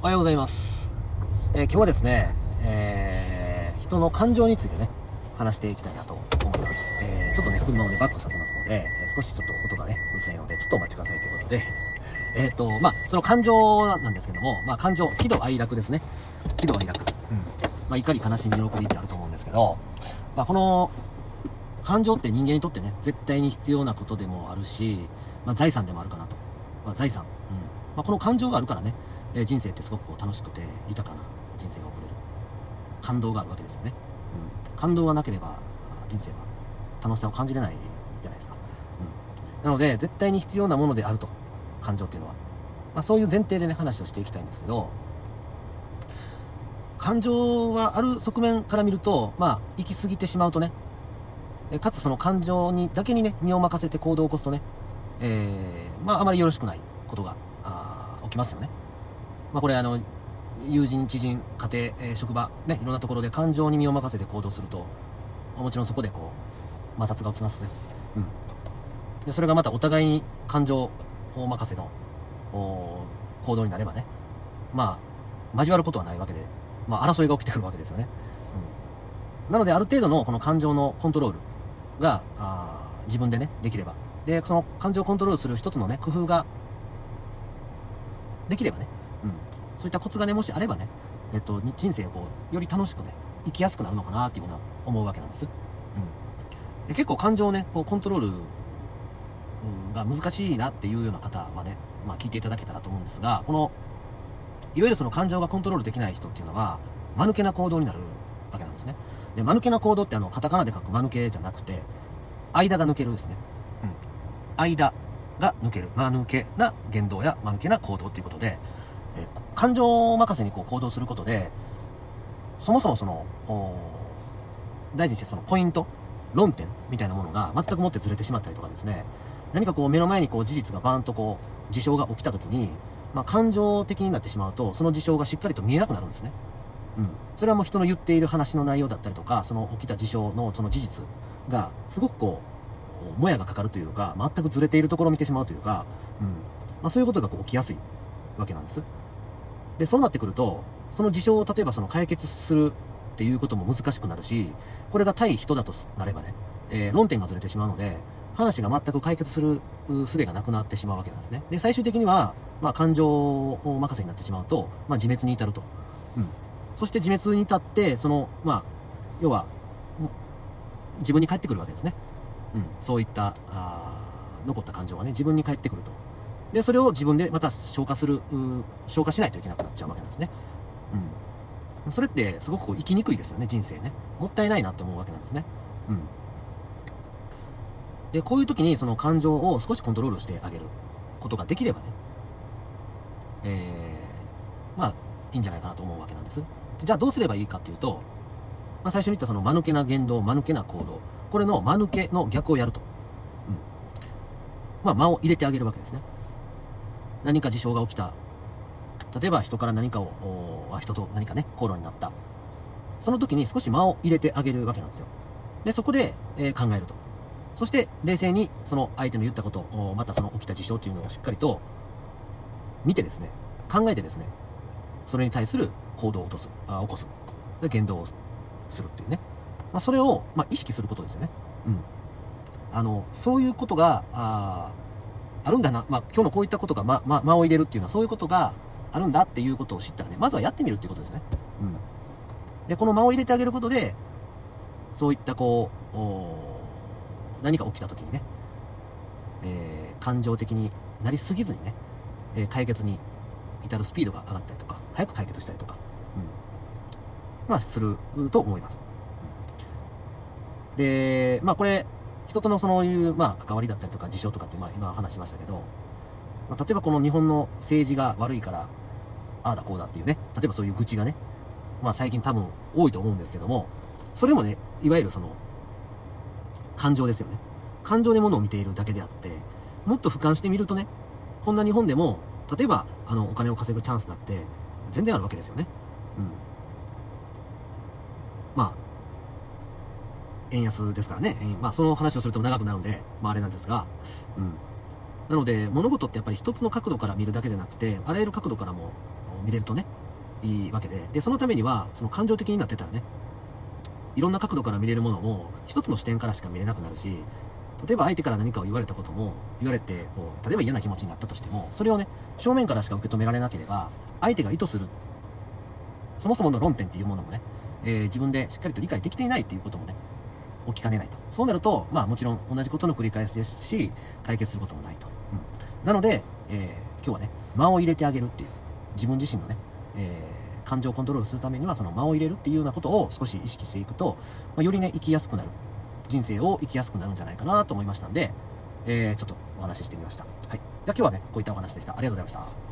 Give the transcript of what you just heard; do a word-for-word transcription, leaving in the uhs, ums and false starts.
おはようございます。えー、今日はですね、えー、人の感情についてね、話していきたいなと思います。えー、ちょっとね、車をね、バックさせますので、えー、少しちょっと音がね、うるさいので、ちょっとお待ちくださいということで、えっと、まあ、その感情なんですけども、まあ、感情、喜怒哀楽ですね。喜怒哀楽。うん。まあ、怒り、悲しみ、喜びってあると思うんですけど、まあ、この、感情って人間にとってね、絶対に必要なことでもあるし、まあ、財産でもあるかなと。まあ、財産。うん。まあ、この感情があるからね、えー、人生ってすごくこう楽しくて豊かな人生が送れる。感動があるわけですよね。うん。感動がなければ、人生は楽しさを感じれないじゃないですか。うん。なので、絶対に必要なものであると。感情っていうのは。まあ、そういう前提でね、話をしていきたいんですけど、感情はある側面から見ると、まあ、行き過ぎてしまうとね、えかつその感情にだけにね、身を任せて行動を起こすとね、えー、まあ、あまりよろしくないことが、あ起きますよね。まあ、これあの、友人、知人、家庭、えー、職場、ね、いろんなところで感情に身を任せて行動すると、もちろんそこでこう、摩擦が起きますね。うん。で、それがまたお互いに感情を任せの、行動になればね、まあ、交わることはないわけで、まあ、争いが起きてくるわけですよね。うん。なので、ある程度のこの感情のコントロールが、あ自分でね、できれば。で、その感情をコントロールする一つのね、工夫が、できればね、うん。そういったコツがね、もしあればね、えっと、人生をこう、より楽しくね、生きやすくなるのかなっていうふうな思うわけなんです。うん。で結構感情をね、こう、コントロール、うん、が難しいなっていうような方はね、まあ聞いていただけたらと思うんですが、この、いわゆるその感情がコントロールできない人っていうのは、間抜けな行動になるわけなんですね。で、間抜けな行動ってあの、カタカナで書く間抜けじゃなくて、間が抜けるですね。うん。間が抜ける。間抜けな言動や間抜けな行動っていうことで、えー、感情任せにこう行動することで、そもそもその、大事にしてそのポイント、論点みたいなものが全くもってずれてしまったりとかですね、何かこう目の前にこう事実がバーンとこう、事象が起きたときに、まあ感情的になってしまうと、その事象がしっかりと見えなくなるんですね。うん。それはもう人の言っている話の内容だったりとか、その起きた事象のその事実が、すごくこう、もやがかかるというか、全くずれているところを見てしまうというか、うん。まあそういうことがこう起きやすいわけなんです。で、そうなってくると、その事象を例えばその解決するっていうことも難しくなるし、これが対人だとなればね、えー、論点がずれてしまうので、話が全く解決する術がなくなってしまうわけなんですね。で、最終的には、まあ感情を任せになってしまうと、まあ自滅に至ると。うん。そして自滅に至って、その、まあ、要は、自分に返ってくるわけですね。うん。そういった、あ残った感情がね、自分に返ってくると。で、それを自分でまた消化する、消化しないといけなくなっちゃうわけなんですね。うん。それってすごくこう生きにくいですよね、人生ね。もったいないなって思うわけなんですね。うん。で、こういう時にその感情を少しコントロールしてあげることができればね、えー、まあ、いいんじゃないかなと思うわけなんです。じゃあどうすればいいかっていうと、まあ最初に言ったその間抜けな言動、間抜けな行動。これの間抜けの逆をやると。うん。まあ間を入れてあげるわけですね。何か事象が起きた。例えば人から何かを、人と何かね、口論になった。その時に少し間を入れてあげるわけなんですよ。で、そこで、えー、考えると。そして、冷静にその相手の言ったこと、またその起きた事象っていうのをしっかりと見てですね、考えてですね、それに対する行動を落とす、あ起こす。で、言動をするっていうね。まあ、それを、まあ、意識することですよね。うん。あの、そういうことが、ああるんだな。まあ、今日のこういったことが、ま、ま、間を入れるっていうのは、そういうことがあるんだっていうことを知ったらね、まずはやってみるっていうことですね。うん。で、この間を入れてあげることで、そういったこう、何か起きた時にね、えー、感情的になりすぎずにね、えー、解決に至るスピードが上がったりとか、早く解決したりとか、うん。まあ、すると思います。うん、で、まあ、これ、人とのそういう、まあ、関わりだったりとか、事象とかって、まあ、今話しましたけど、まあ、例えばこの日本の政治が悪いから、ああだこうだっていうね、例えばそういう愚痴がね、まあ、最近多分多いと思うんですけども、それもね、いわゆるその、感情ですよね。感情で物を見ているだけであって、もっと俯瞰してみるとね、こんな日本でも、例えば、あの、お金を稼ぐチャンスだって、全然あるわけですよね。うん。まあ、円安ですからね。まあ、その話をすると長くなるので、まあ、あれなんですが、うん。なので、物事ってやっぱり一つの角度から見るだけじゃなくて、あらゆる角度からも見れるとね、いいわけで。で、そのためには、その感情的になってたらね、いろんな角度から見れるものも、一つの視点からしか見れなくなるし、例えば相手から何かを言われたことも、言われて、こう、例えば嫌な気持ちになったとしても、それをね、正面からしか受け止められなければ、相手が意図する、そもそもの論点っていうものもね、えー、自分でしっかりと理解できていないっていうこともね、起きかねないと。そうなると、まあもちろん同じことの繰り返しですし、解決することもないと。うん、なので、えー、今日はね、間を入れてあげるっていう、自分自身のね、えー、感情をコントロールするためには、その間を入れるっていうようなことを少し意識していくと、まあ、よりね、生きやすくなる。人生を生きやすくなるんじゃないかなと思いましたんで、えー、ちょっとお話ししてみました。はい。じゃあ今日はね、こういったお話でした。ありがとうございました。